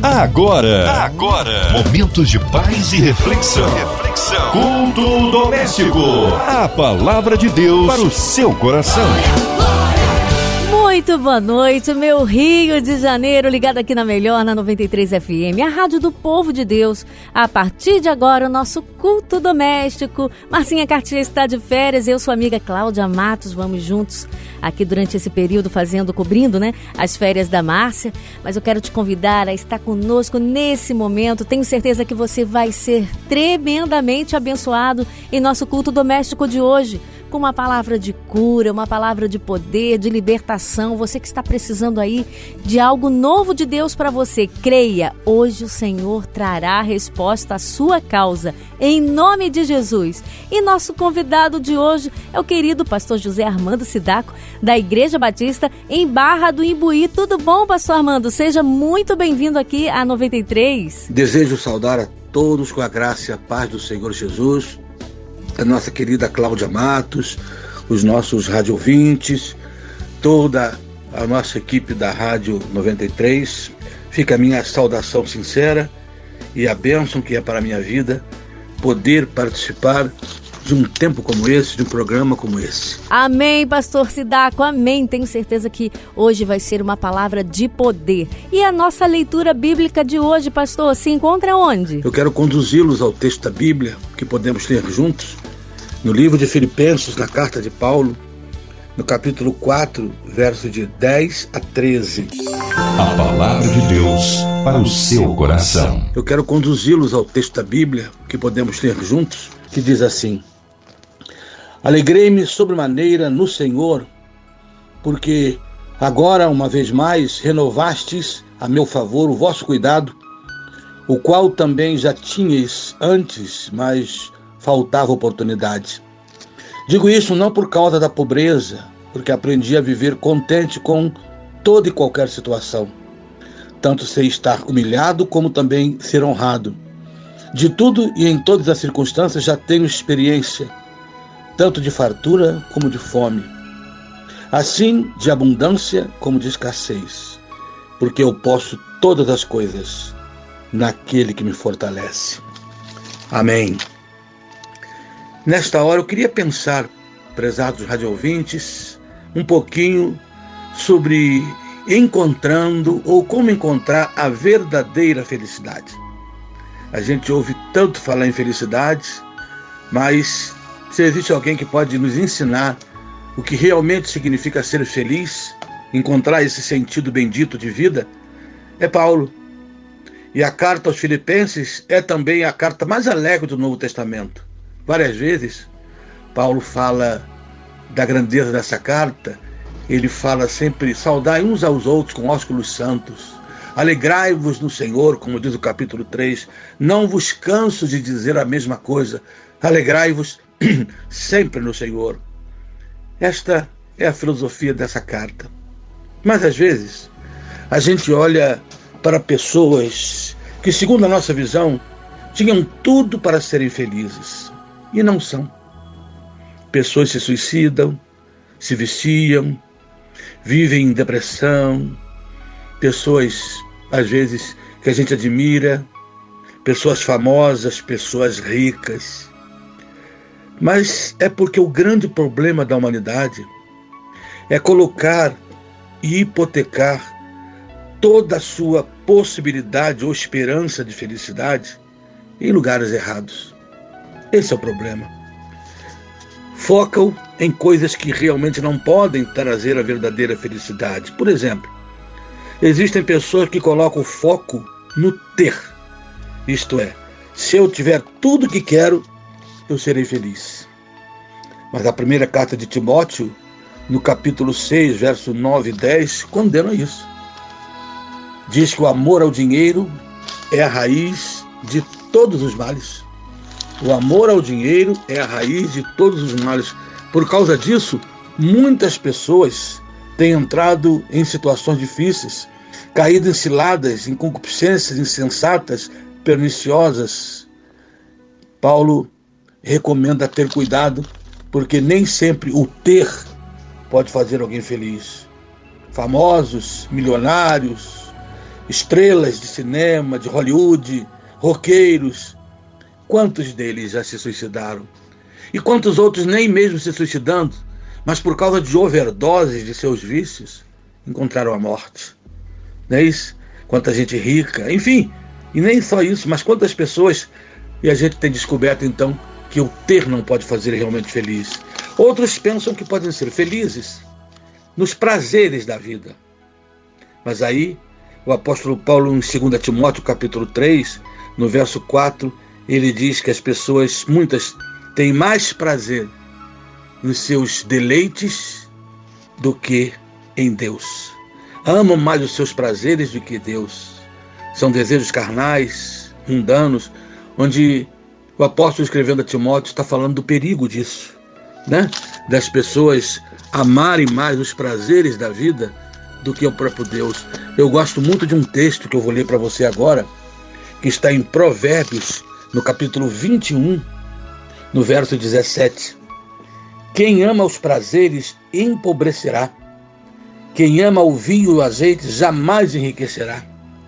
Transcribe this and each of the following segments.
Agora, momentos de paz e reflexão. Culto doméstico. A palavra de Deus para o seu coração. Muito boa noite, meu Rio de Janeiro, ligado aqui na Melhor, na 93 FM, a rádio do povo de Deus. A partir de agora, o nosso culto doméstico. Marcinha Cartier está de férias, eu, sua amiga Cláudia Matos, vamos juntos aqui durante esse período cobrindo, as férias da Márcia. Mas eu quero te convidar a estar conosco nesse momento. Tenho certeza que você vai ser tremendamente abençoado em nosso culto doméstico de hoje, com uma palavra de cura, uma palavra de poder, de libertação. Você que está precisando aí de algo novo de Deus para você, creia, hoje o Senhor trará a resposta à sua causa, em nome de Jesus. E nosso convidado de hoje é o querido pastor José Armando Sidaco, da Igreja Batista em Barra do Imbuí. Tudo bom, pastor Armando? Seja muito bem-vindo aqui à 93. Desejo saudar a todos com a graça e a paz do Senhor Jesus, a nossa querida Cláudia Matos, os nossos rádio ouvintes, toda a nossa equipe da Rádio 93. Fica a minha saudação sincera e a bênção que é para a minha vida poder participar de um tempo como esse, de um programa como esse. Amém, pastor Sidaco, amém. Tenho certeza que hoje vai ser uma palavra de poder. E a nossa leitura bíblica de hoje, pastor, se encontra onde? Eu quero conduzi-los ao texto da Bíblia, que podemos ler juntos, no livro de Filipenses, na carta de Paulo, no capítulo 4, verso de 10 a 13. A palavra de Deus para o seu coração. Eu quero conduzi-los ao texto da Bíblia, que podemos ler juntos, que diz assim: Alegrei-me sobremaneira no Senhor, porque agora, uma vez mais, renovastes a meu favor o vosso cuidado, o qual também já tinhais antes, mas faltava oportunidade. Digo isso não por causa da pobreza, porque aprendi a viver contente com toda e qualquer situação. Tanto sei estar humilhado, como também ser honrado. De tudo e em todas as circunstâncias já tenho experiência, tanto de fartura como de fome, assim de abundância como de escassez, porque eu posso todas as coisas naquele que me fortalece. Amém. Nesta hora eu queria pensar, prezados radioouvintes, um pouquinho sobre encontrando ou como encontrar a verdadeira felicidade. A gente ouve tanto falar em felicidade, mas se existe alguém que pode nos ensinar o que realmente significa ser feliz, encontrar esse sentido bendito de vida, é Paulo. E a carta aos Filipenses é também a carta mais alegre do Novo Testamento. Várias vezes, Paulo fala da grandeza dessa carta. Ele fala sempre: saudai uns aos outros com ósculos santos. Alegrai-vos no Senhor, como diz o capítulo 3. Não vos canso de dizer a mesma coisa. Alegrai-vos sempre no Senhor. Esta é a filosofia dessa carta. Mas às vezes, a gente olha para pessoas que, segundo a nossa visão, tinham tudo para serem felizes. E não são. Pessoas se suicidam, se viciam, vivem em depressão. Pessoas, às vezes, que a gente admira, pessoas famosas, pessoas ricas. Mas é porque o grande problema da humanidade é colocar e hipotecar toda a sua possibilidade ou esperança de felicidade em lugares errados. Esse é o problema. Focam em coisas que realmente não podem trazer a verdadeira felicidade. Por exemplo, existem pessoas que colocam o foco no ter. Isto é, se eu tiver tudo que quero, eu serei feliz. Mas a primeira carta de Timóteo, no capítulo 6, verso 9 e 10, condena isso. Diz que o amor ao dinheiro é a raiz de todos os males. O amor ao dinheiro é a raiz de todos os males. Por causa disso, muitas pessoas têm entrado em situações difíceis, caído em ciladas, em concupiscências insensatas, perniciosas. Paulo recomenda ter cuidado, porque nem sempre o ter pode fazer alguém feliz. Famosos, milionários estrelas de cinema, de Hollywood, roqueiros. Quantos deles já se suicidaram? E quantos outros nem mesmo se suicidando, mas por causa de overdoses de seus vícios, encontraram a morte? Não é isso? Quanta gente rica, enfim, e nem só isso, mas quantas pessoas, e a gente tem descoberto então que o ter não pode fazer realmente feliz. Outros pensam que podem ser felizes nos prazeres da vida. Mas aí, o apóstolo Paulo, em 2 Timóteo, capítulo 3, no verso 4, ele diz que as pessoas, muitas, têm mais prazer nos seus deleites do que em Deus. Amam mais os seus prazeres do que Deus. São desejos carnais, mundanos, onde o apóstolo, escrevendo a Timóteo, está falando do perigo disso, né? Das pessoas amarem mais os prazeres da vida do que o próprio Deus. Eu gosto muito de um texto que eu vou ler para você agora, que está em Provérbios, no capítulo 21, no verso 17. Quem ama os prazeres empobrecerá. Quem ama o vinho e o azeite jamais enriquecerá.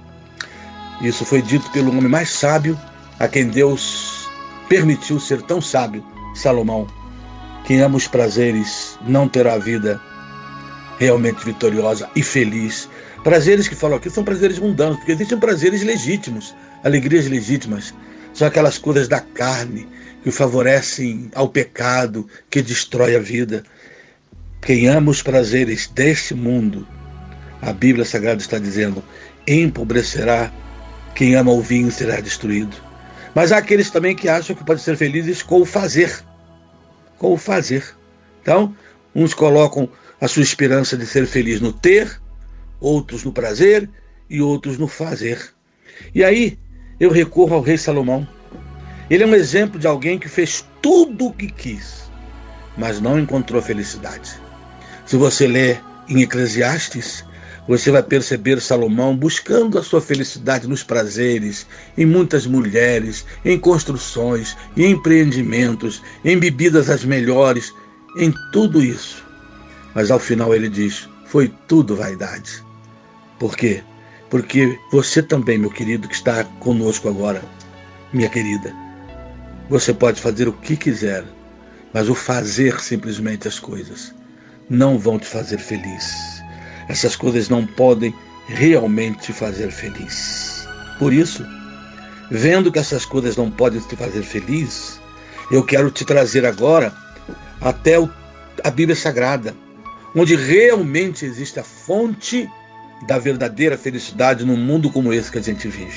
Isso foi dito pelo homem mais sábio, a quem Deus permitiu ser tão sábio, Salomão. Quem ama os prazeres não terá vida realmente vitoriosa e feliz. Prazeres que falam aqui são prazeres mundanos, porque existem prazeres legítimos, alegrias legítimas. São aquelas coisas da carne que favorecem ao pecado, que destrói a vida. Quem ama os prazeres deste mundo, a Bíblia Sagrada está dizendo, empobrecerá. Quem ama o vinho será destruído. Mas há aqueles também que acham que podem ser felizes com o fazer. Com o fazer. Então, uns colocam a sua esperança de ser feliz no ter, outros no prazer e outros no fazer. E aí, eu recorro ao rei Salomão. Ele é um exemplo de alguém que fez tudo o que quis, mas não encontrou felicidade. Se você ler em Eclesiastes, você vai perceber Salomão buscando a sua felicidade nos prazeres, em muitas mulheres, em construções, em empreendimentos, em bebidas as melhores, em tudo isso. Mas ao final ele diz, foi tudo vaidade. Por quê? Porque você também, meu querido, que está conosco agora, minha querida, você pode fazer o que quiser, mas o fazer simplesmente as coisas não vão te fazer feliz. Essas coisas não podem realmente te fazer feliz. Por isso, vendo que essas coisas não podem te fazer feliz, eu quero te trazer agora até a Bíblia Sagrada, onde realmente existe a fonte da verdadeira felicidade num mundo como esse que a gente vive.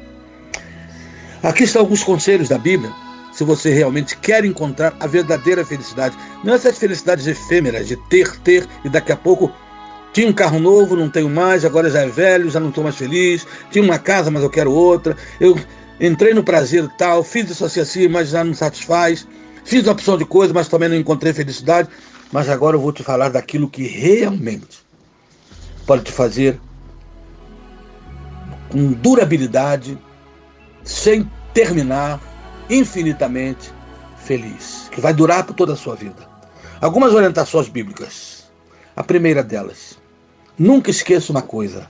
Aqui estão alguns conselhos da Bíblia, se você realmente quer encontrar a verdadeira felicidade. Não essas felicidades efêmeras de ter, e daqui a pouco tinha um carro novo, não tenho mais, agora já é velho, já não estou mais feliz. Tinha uma casa, mas eu quero outra. Eu entrei no prazer tal, fiz isso assim, mas já não satisfaz. Fiz uma opção de coisa, mas também não encontrei felicidade. Mas agora eu vou te falar daquilo que realmente pode te fazer com durabilidade, sem terminar, infinitamente feliz, que vai durar por toda a sua vida. Algumas orientações bíblicas. A primeira delas, nunca esqueça uma coisa: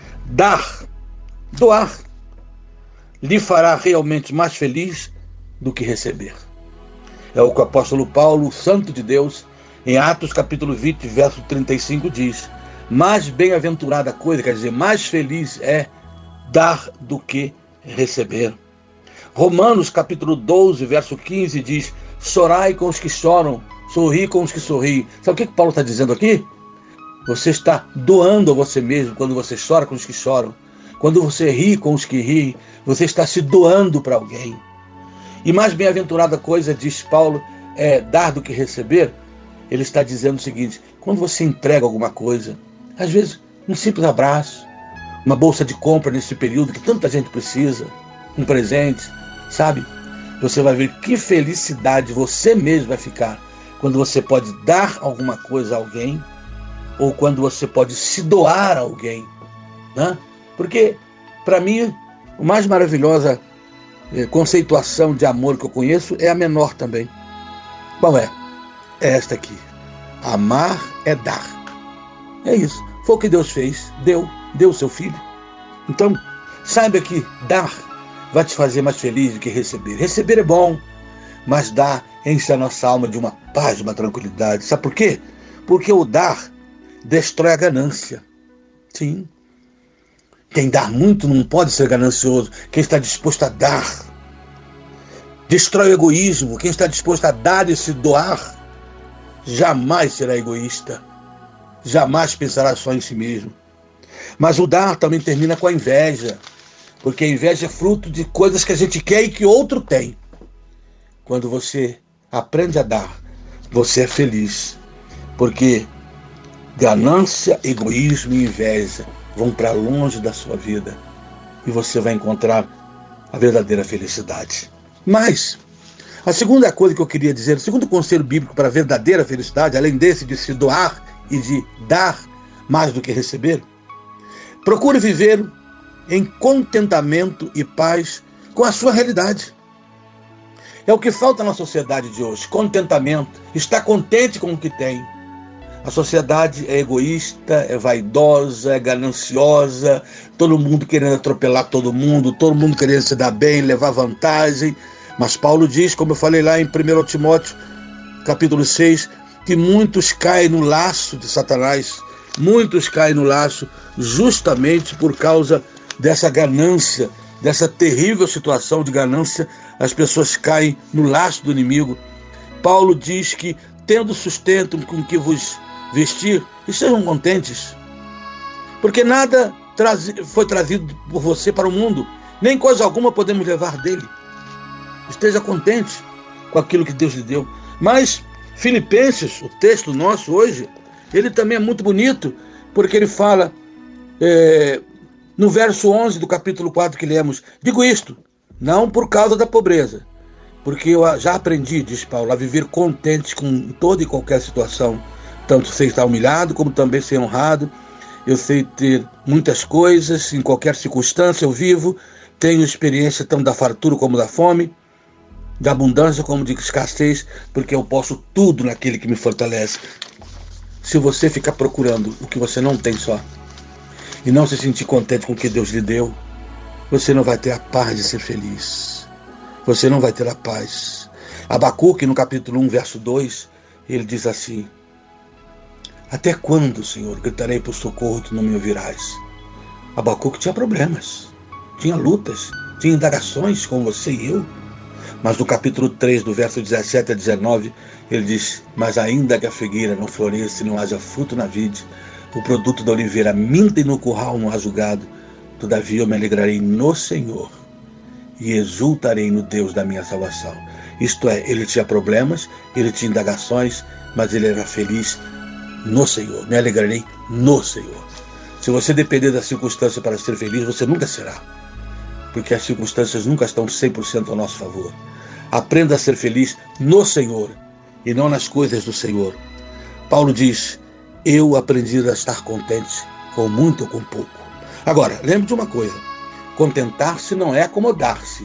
doar, lhe fará realmente mais feliz do que receber. É o que o apóstolo Paulo, o santo de Deus, em Atos capítulo 20, verso 35 diz, mais bem-aventurada coisa, quer dizer, mais feliz é dar do que receber. Romanos capítulo 12, verso 15 diz, chorai com os que choram, sorri com os que sorriem. Sabe o que Paulo está dizendo aqui? Você está doando a você mesmo quando você chora com os que choram. Quando você ri com os que riem, você está se doando para alguém. E mais bem-aventurada coisa, diz Paulo, é dar do que receber. Ele está dizendo o seguinte, quando você entrega alguma coisa, às vezes um simples abraço, uma bolsa de compra nesse período que tanta gente precisa, um presente, sabe? Você vai ver que felicidade você mesmo vai ficar quando você pode dar alguma coisa a alguém ou quando você pode se doar a alguém, né? Porque, para mim, a mais maravilhosa conceituação de amor que eu conheço é a menor também. Qual é? É esta aqui. Amar é dar. É isso. Foi o que Deus fez. Deu o seu filho. Então, saiba que dar vai te fazer mais feliz do que receber. Receber é bom, mas dar enche a nossa alma de uma paz, de uma tranquilidade. Sabe por quê? Porque o dar destrói a ganância. Sim. Quem dá muito não pode ser ganancioso. Quem está disposto a dar destrói o egoísmo. Quem está disposto a dar e se doar jamais será egoísta. Jamais pensará só em si mesmo. Mas o dar também termina com a inveja. Porque a inveja é fruto de coisas que a gente quer e que outro tem. Quando você aprende a dar, você é feliz. Porque ganância, egoísmo e inveja vão para longe da sua vida. E você vai encontrar a verdadeira felicidade. Mas a segunda coisa que eu queria dizer, o segundo conselho bíblico para a verdadeira felicidade, além desse de se doar e de dar mais do que receber, procure viver em contentamento e paz com a sua realidade. É o que falta na sociedade de hoje, contentamento, estar contente com o que tem. A sociedade é egoísta, é vaidosa, é gananciosa, todo mundo querendo atropelar todo mundo querendo se dar bem, levar vantagem. Mas Paulo diz, como eu falei lá em 1 Timóteo, capítulo 6, que muitos caem no laço de Satanás, muitos caem no laço justamente por causa dessa ganância, dessa terrível situação de ganância. As pessoas caem no laço do inimigo. Paulo diz que, tendo sustento com que vos vestir, estejam contentes, porque nada foi trazido por você para o mundo, nem coisa alguma podemos levar dele. Esteja contente com aquilo que Deus lhe deu. Mas Filipenses, o texto nosso hoje, ele também é muito bonito, porque ele fala, no verso 11 do capítulo 4 que lemos, digo isto, não por causa da pobreza, porque eu já aprendi, diz Paulo, a viver contente com toda e qualquer situação, tanto sei estar humilhado, como também ser honrado. Eu sei ter muitas coisas, em qualquer circunstância eu vivo, tenho experiência tanto da fartura como da fome, da abundância como de escassez, porque eu posso tudo naquele que me fortalece. Se você ficar procurando o que você não tem só, e não se sentir contente com o que Deus lhe deu, você não vai ter a paz de ser feliz. Você não vai ter a paz. Abacuque, no capítulo 1, verso 2, ele diz assim: até quando, Senhor, gritarei por socorro e tu não me ouvirás? Abacuque tinha problemas, tinha lutas, tinha indagações como você e eu. Mas no capítulo 3, do verso 17 a 19, ele diz: mas ainda que a figueira não floresça e não haja fruto na vide, o produto da oliveira minta e no curral não haja gado, todavia eu me alegrarei no Senhor e exultarei no Deus da minha salvação. Isto é, ele tinha problemas, ele tinha indagações, mas ele era feliz no Senhor. Me alegrarei no Senhor. Se você depender da circunstância para ser feliz, você nunca será, porque as circunstâncias nunca estão 100% ao nosso favor. Aprenda a ser feliz no Senhor e não nas coisas do Senhor. Paulo diz: eu aprendi a estar contente com muito ou com pouco. Agora, lembre de uma coisa: contentar-se não é acomodar-se.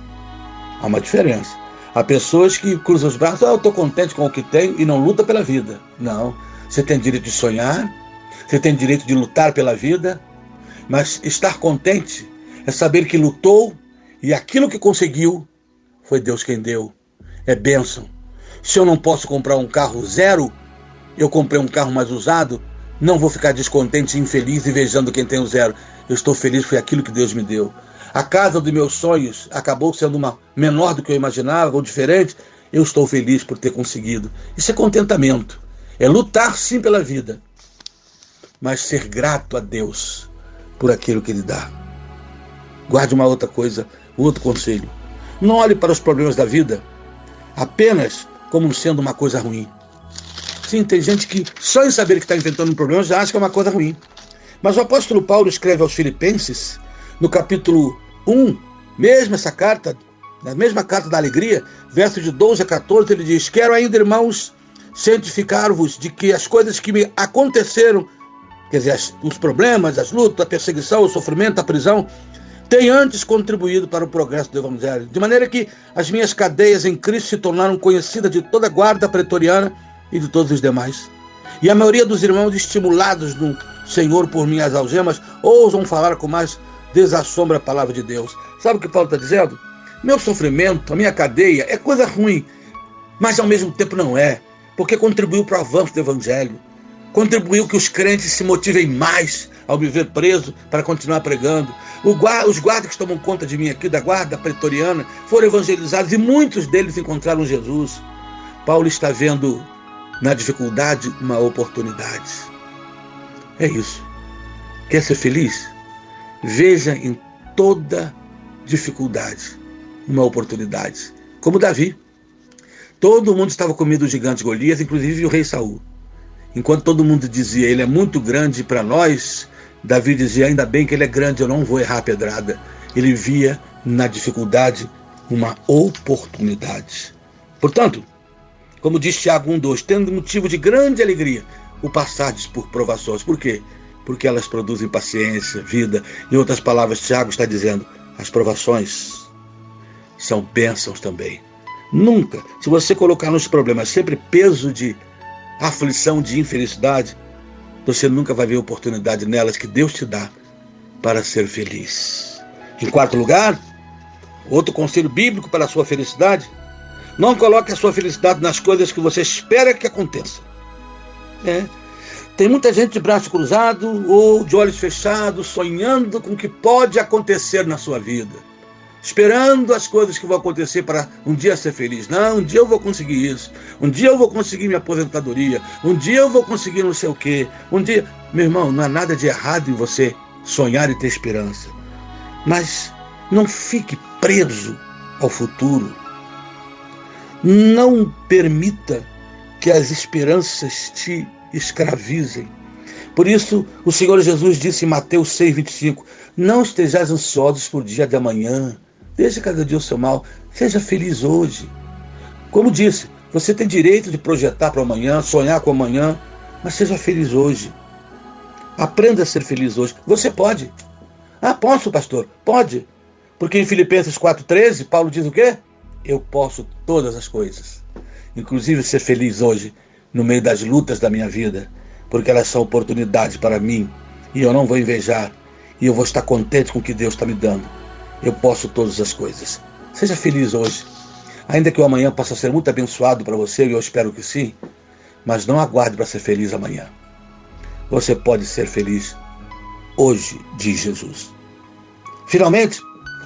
Há uma diferença. Há pessoas que cruzam os braços: eu estou contente com o que tenho, e não luta pela vida. Não. Você tem direito de sonhar, você tem direito de lutar pela vida, mas estar contente é saber que lutou e aquilo que conseguiu foi Deus quem deu. É bênção. Se eu não posso comprar um carro zero, eu comprei um carro mais usado, não vou ficar descontente e infeliz invejando quem tem o zero. Eu estou feliz, foi aquilo que Deus me deu. A casa dos meus sonhos acabou sendo uma menor do que eu imaginava, ou diferente. Eu estou feliz por ter conseguido. Isso é contentamento. É lutar sim pela vida, mas ser grato a Deus por aquilo que Ele dá. Guarde uma outra coisa, um outro conselho. Não olhe para os problemas da vida apenas como sendo uma coisa ruim. Sim, tem gente que só em saber que está enfrentando um problema já acha que é uma coisa ruim. Mas o apóstolo Paulo escreve aos Filipenses, no capítulo 1, mesmo essa carta, na mesma carta da alegria, versos de 12 a 14, ele diz: quero ainda, irmãos, cientificar-vos de que as coisas que me aconteceram, quer dizer, os problemas, as lutas, a perseguição, o sofrimento, a prisão, têm antes contribuído para o progresso do Evangelho, de maneira que as minhas cadeias em Cristo se tornaram conhecidas de toda a guarda pretoriana e de todos os demais. E a maioria dos irmãos, estimulados no Senhor por minhas algemas, ousam falar com mais desassombra a palavra de Deus. Sabe o que Paulo está dizendo? Meu sofrimento, a minha cadeia é coisa ruim, mas ao mesmo tempo não é, porque contribuiu para o avanço do Evangelho. Contribuiu que os crentes se motivem mais ao me ver preso para continuar pregando. Os guardas que tomam conta de mim aqui, da guarda pretoriana, foram evangelizados e muitos deles encontraram Jesus. Paulo está vendo na dificuldade uma oportunidade. É isso. Quer ser feliz? Veja em toda dificuldade uma oportunidade. Como Davi. Todo mundo estava com medo do gigante Golias, inclusive o rei Saul. Enquanto todo mundo dizia, ele é muito grande para nós, Davi dizia, ainda bem que ele é grande, eu não vou errar a pedrada. Ele via na dificuldade uma oportunidade. Portanto, como diz Tiago 1,2, tendo motivo de grande alegria o passardes por provações. Por quê? Porque elas produzem paciência, vida. Em outras palavras, Tiago está dizendo, as provações são bênçãos também. Nunca, se você colocar nos problemas sempre peso de aflição, de infelicidade, você nunca vai ver oportunidade nelas que Deus te dá para ser feliz. Em quarto lugar, outro conselho bíblico para a sua felicidade, não coloque a sua felicidade nas coisas que você espera que aconteça. Tem muita gente de braço cruzado ou de olhos fechados, sonhando com o que pode acontecer na sua vida. Esperando as coisas que vão acontecer para um dia ser feliz. Não, um dia eu vou conseguir isso. Um dia eu vou conseguir minha aposentadoria. Um dia eu vou conseguir não sei o quê. Um dia... Meu irmão, não há nada de errado em você sonhar e ter esperança. Mas não fique preso ao futuro. Não permita que as esperanças te escravizem. Por isso, o Senhor Jesus disse em Mateus 6,25, não estejais ansiosos por dia de amanhã. Deixe cada dia o seu mal. Seja feliz hoje. Como disse, você tem direito de projetar para amanhã, sonhar com amanhã, mas seja feliz hoje. Aprenda a ser feliz hoje. Você pode. Ah, posso, pastor? Pode. Porque em Filipenses 4,13, Paulo diz o quê? Eu posso todas as coisas. Inclusive ser feliz hoje, no meio das lutas da minha vida, porque elas são oportunidades para mim, e eu não vou invejar, e eu vou estar contente com o que Deus está me dando. Eu posso todas as coisas. Seja feliz hoje. Ainda que o amanhã possa ser muito abençoado para você, e eu espero que sim, mas não aguarde para ser feliz amanhã. Você pode ser feliz hoje, diz Jesus. Finalmente,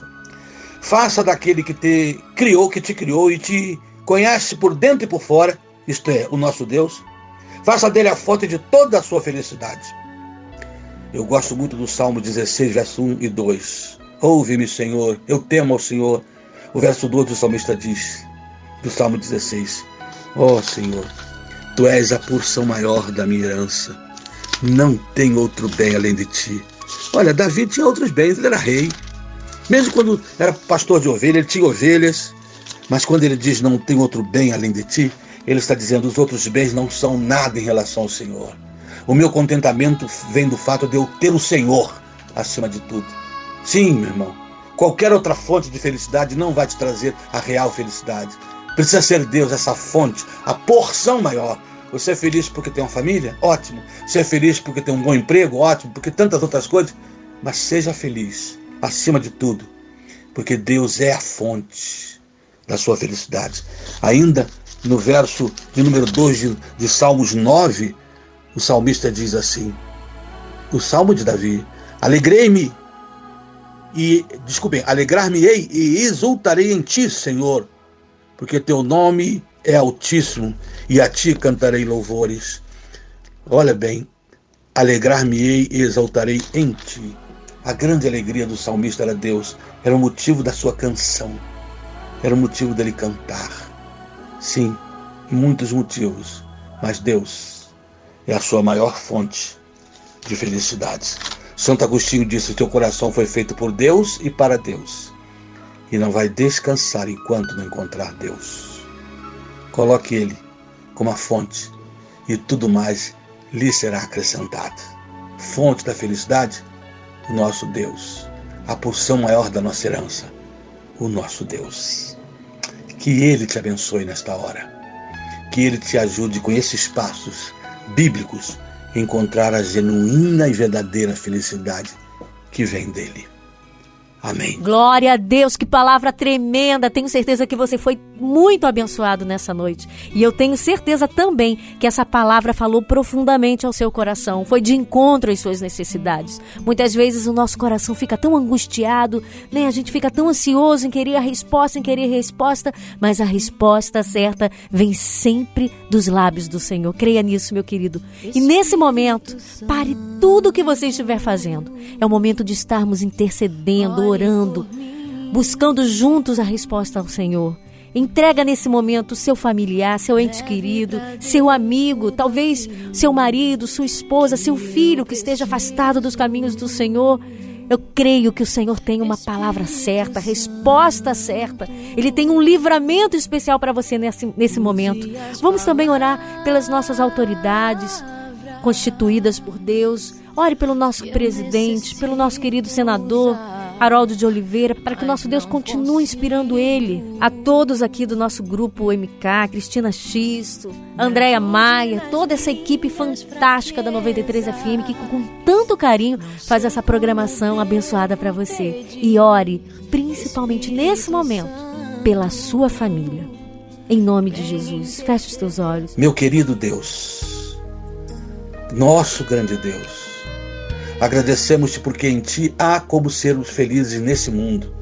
faça daquele que te criou e te conhece por dentro e por fora, isto é, o nosso Deus, faça dele a fonte de toda a sua felicidade. Eu gosto muito do Salmo 16, verso 1 e 2. Ouve-me, Senhor, eu temo ao Senhor. O verso 2 do salmista diz, do Salmo 16, ó Senhor, Tu és a porção maior da minha herança. Não tem outro bem além de Ti. Olha, Davi tinha outros bens, ele era rei. Mesmo quando era pastor de ovelha, ele tinha ovelhas. Mas quando ele diz não tem outro bem além de Ti, ele está dizendo os outros bens não são nada em relação ao Senhor. O meu contentamento vem do fato de eu ter o Senhor acima de tudo. Sim, meu irmão, qualquer outra fonte de felicidade não vai te trazer a real felicidade. Precisa ser Deus essa fonte, a porção maior. Você é feliz porque tem uma família? Ótimo. Você é feliz porque tem um bom emprego? Ótimo. Porque tantas outras coisas. Mas seja feliz, acima de tudo, porque Deus é a fonte da sua felicidade. Ainda no verso de número 2 de Salmos 9, o salmista diz assim, o Salmo de Davi, alegrar-me-ei e exultarei em Ti, Senhor, porque Teu nome é altíssimo e a Ti cantarei louvores. Olha bem, alegrar-me-ei e exaltarei em Ti. A grande alegria do salmista era Deus, era o motivo da sua canção, era o motivo dele cantar. Sim, muitos motivos, mas Deus é a sua maior fonte de felicidade. Santo Agostinho disse, teu coração foi feito por Deus e para Deus, e não vai descansar enquanto não encontrar Deus. Coloque Ele como a fonte, e tudo mais lhe será acrescentado. Fonte da felicidade, o nosso Deus. A porção maior da nossa herança, o nosso Deus. Que Ele te abençoe nesta hora. Que Ele te ajude com esses passos bíblicos a encontrar a genuína e verdadeira felicidade que vem dEle. Amém. Glória a Deus, que palavra tremenda. Tenho certeza que você foi muito abençoado nessa noite. E eu tenho certeza também que essa palavra falou profundamente ao seu coração. Foi de encontro às suas necessidades. Muitas vezes o nosso coração fica tão angustiado, né? A gente fica tão ansioso em querer a resposta, mas a resposta certa vem sempre dos lábios do Senhor. Creia nisso, meu querido. E nesse momento, pare tudo o que você estiver fazendo. É o momento de estarmos intercedendo, orando, buscando juntos a resposta ao Senhor. Entrega nesse momento seu familiar, seu ente querido, seu amigo, talvez seu marido, sua esposa, seu filho que esteja afastado dos caminhos do Senhor. Eu creio que o Senhor tem uma palavra certa, resposta certa. Ele tem um livramento especial para você nesse momento. Vamos também orar pelas nossas autoridades constituídas por Deus. Ore pelo nosso presidente, pelo nosso querido senador Haroldo de Oliveira, para que o nosso Deus continue inspirando ele. A todos aqui do nosso grupo MK, Cristina Xisto, Andréia Maia, toda essa equipe fantástica da 93 FM que com tanto carinho faz essa programação abençoada para você. E ore, principalmente nesse momento, pela sua família. Em nome de Jesus, feche os teus olhos. Meu querido Deus, nosso grande Deus, agradecemos-te porque em ti há como sermos felizes nesse mundo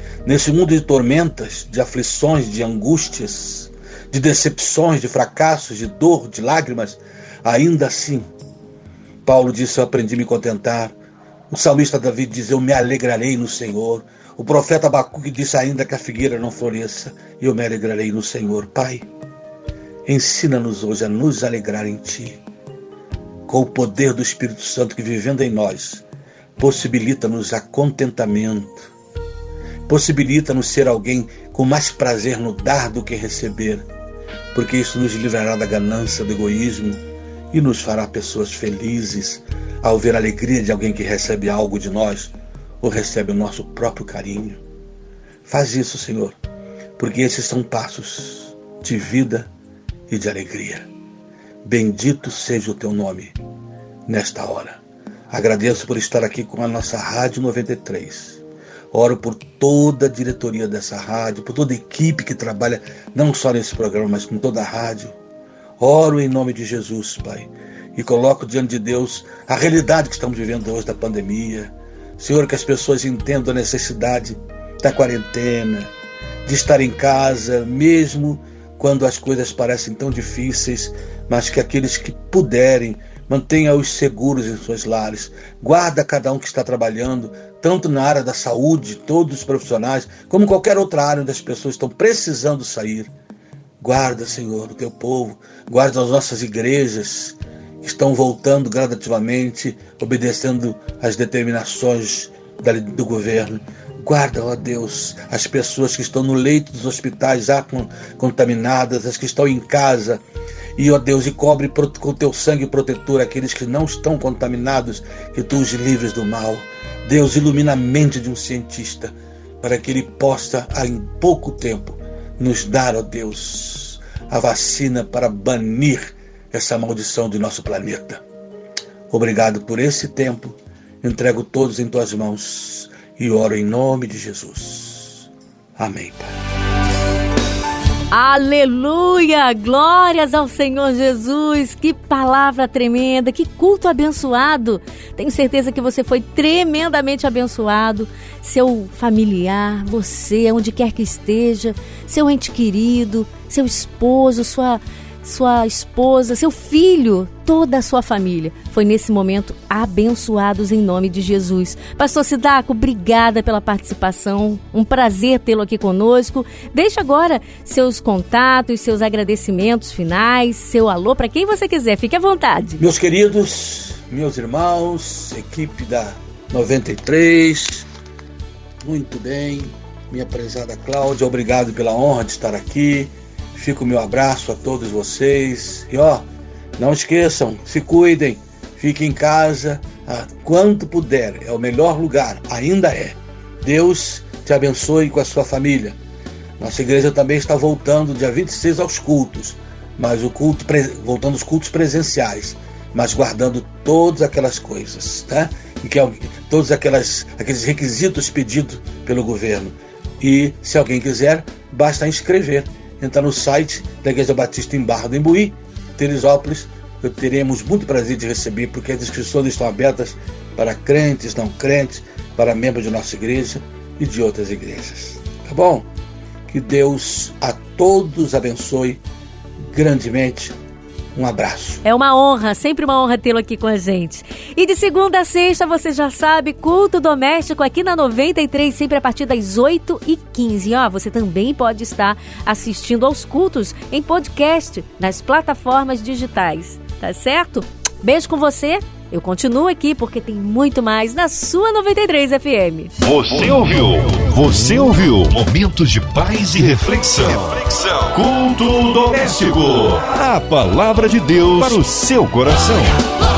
de tormentas, de aflições, de angústias, de decepções, de fracassos, de dor, de lágrimas. Ainda assim, Paulo disse: eu aprendi a me contentar. O salmista Davi diz: eu me alegrarei no Senhor. O profeta Abacuque disse: ainda que a figueira não floresça, eu me alegrarei no Senhor. Pai, ensina-nos hoje a nos alegrar em ti, com o poder do Espírito Santo que, vivendo em nós, possibilita-nos a contentamento, possibilita-nos ser alguém com mais prazer no dar do que receber, porque isso nos livrará da ganância, do egoísmo e nos fará pessoas felizes ao ver a alegria de alguém que recebe algo de nós ou recebe o nosso próprio carinho. Faz isso, Senhor, porque esses são passos de vida e de alegria. Bendito seja o teu nome nesta hora. Agradeço por estar aqui com a nossa Rádio 93. Oro por toda a diretoria dessa rádio, por toda a equipe que trabalha não só nesse programa, mas com toda a rádio. Oro em nome de Jesus, Pai, e coloco diante de Deus a realidade que estamos vivendo hoje da pandemia. Senhor, que as pessoas entendam a necessidade da quarentena, de estar em casa, mesmo quando as coisas parecem tão difíceis, mas que aqueles que puderem, mantenha-os seguros em seus lares. Guarda cada um que está trabalhando, tanto na área da saúde, todos os profissionais, como em qualquer outra área onde as pessoas estão precisando sair. Guarda, Senhor, o teu povo, guarda as nossas igrejas, que estão voltando gradativamente, obedecendo às determinações do governo. Guarda, ó Deus, as pessoas que estão no leito dos hospitais contaminadas, as que estão em casa. E, ó Deus, e cobre com teu sangue protetor aqueles que não estão contaminados, que tu os livres do mal. Deus, ilumina a mente de um cientista, para que ele possa, em pouco tempo, nos dar, ó Deus, a vacina para banir essa maldição do nosso planeta. Obrigado por esse tempo. Entrego todos em tuas mãos e oro em nome de Jesus. Amém, Pai. Aleluia! Glórias ao Senhor Jesus! Que palavra tremenda, que culto abençoado! Tenho certeza que você foi tremendamente abençoado. Seu familiar, você, onde quer que esteja, seu ente querido, seu esposo, sua esposa, seu filho, toda a sua família foi nesse momento abençoados em nome de Jesus. Pastor Sidaco, obrigada pela participação, um prazer tê-lo aqui conosco. Deixa agora seus contatos, seus agradecimentos finais, seu alô para quem você quiser, fique à vontade. Meus queridos, meus irmãos, equipe da 93, muito bem, minha prezada Cláudia, obrigado pela honra de estar aqui. Fica o meu abraço a todos vocês. E não esqueçam, se cuidem, fiquem em casa quanto puder. É o melhor lugar, ainda é. Deus te abençoe com a sua família. Nossa igreja também está voltando dia 26 aos cultos, mas voltando aos cultos presenciais, mas guardando todas aquelas coisas, tá? em que todos aqueles requisitos pedidos pelo governo. E, se alguém quiser, basta inscrever. Entrar no site da Igreja Batista em Barra do Imbuí, Teresópolis. Teremos muito prazer de receber, porque as inscrições estão abertas para crentes, não crentes, para membros de nossa igreja e de outras igrejas. Tá bom? Que Deus a todos abençoe grandemente. Um abraço. É uma honra, sempre uma honra tê-lo aqui com a gente. E de segunda a sexta, você já sabe, culto doméstico aqui na 93, sempre a partir das 8h15. Você também pode estar assistindo aos cultos em podcast nas plataformas digitais. Tá certo? Beijo com você. Eu continuo aqui porque tem muito mais na sua 93 FM. Você ouviu Momentos de Paz e Reflexão. Culto doméstico. A palavra de Deus para o seu coração.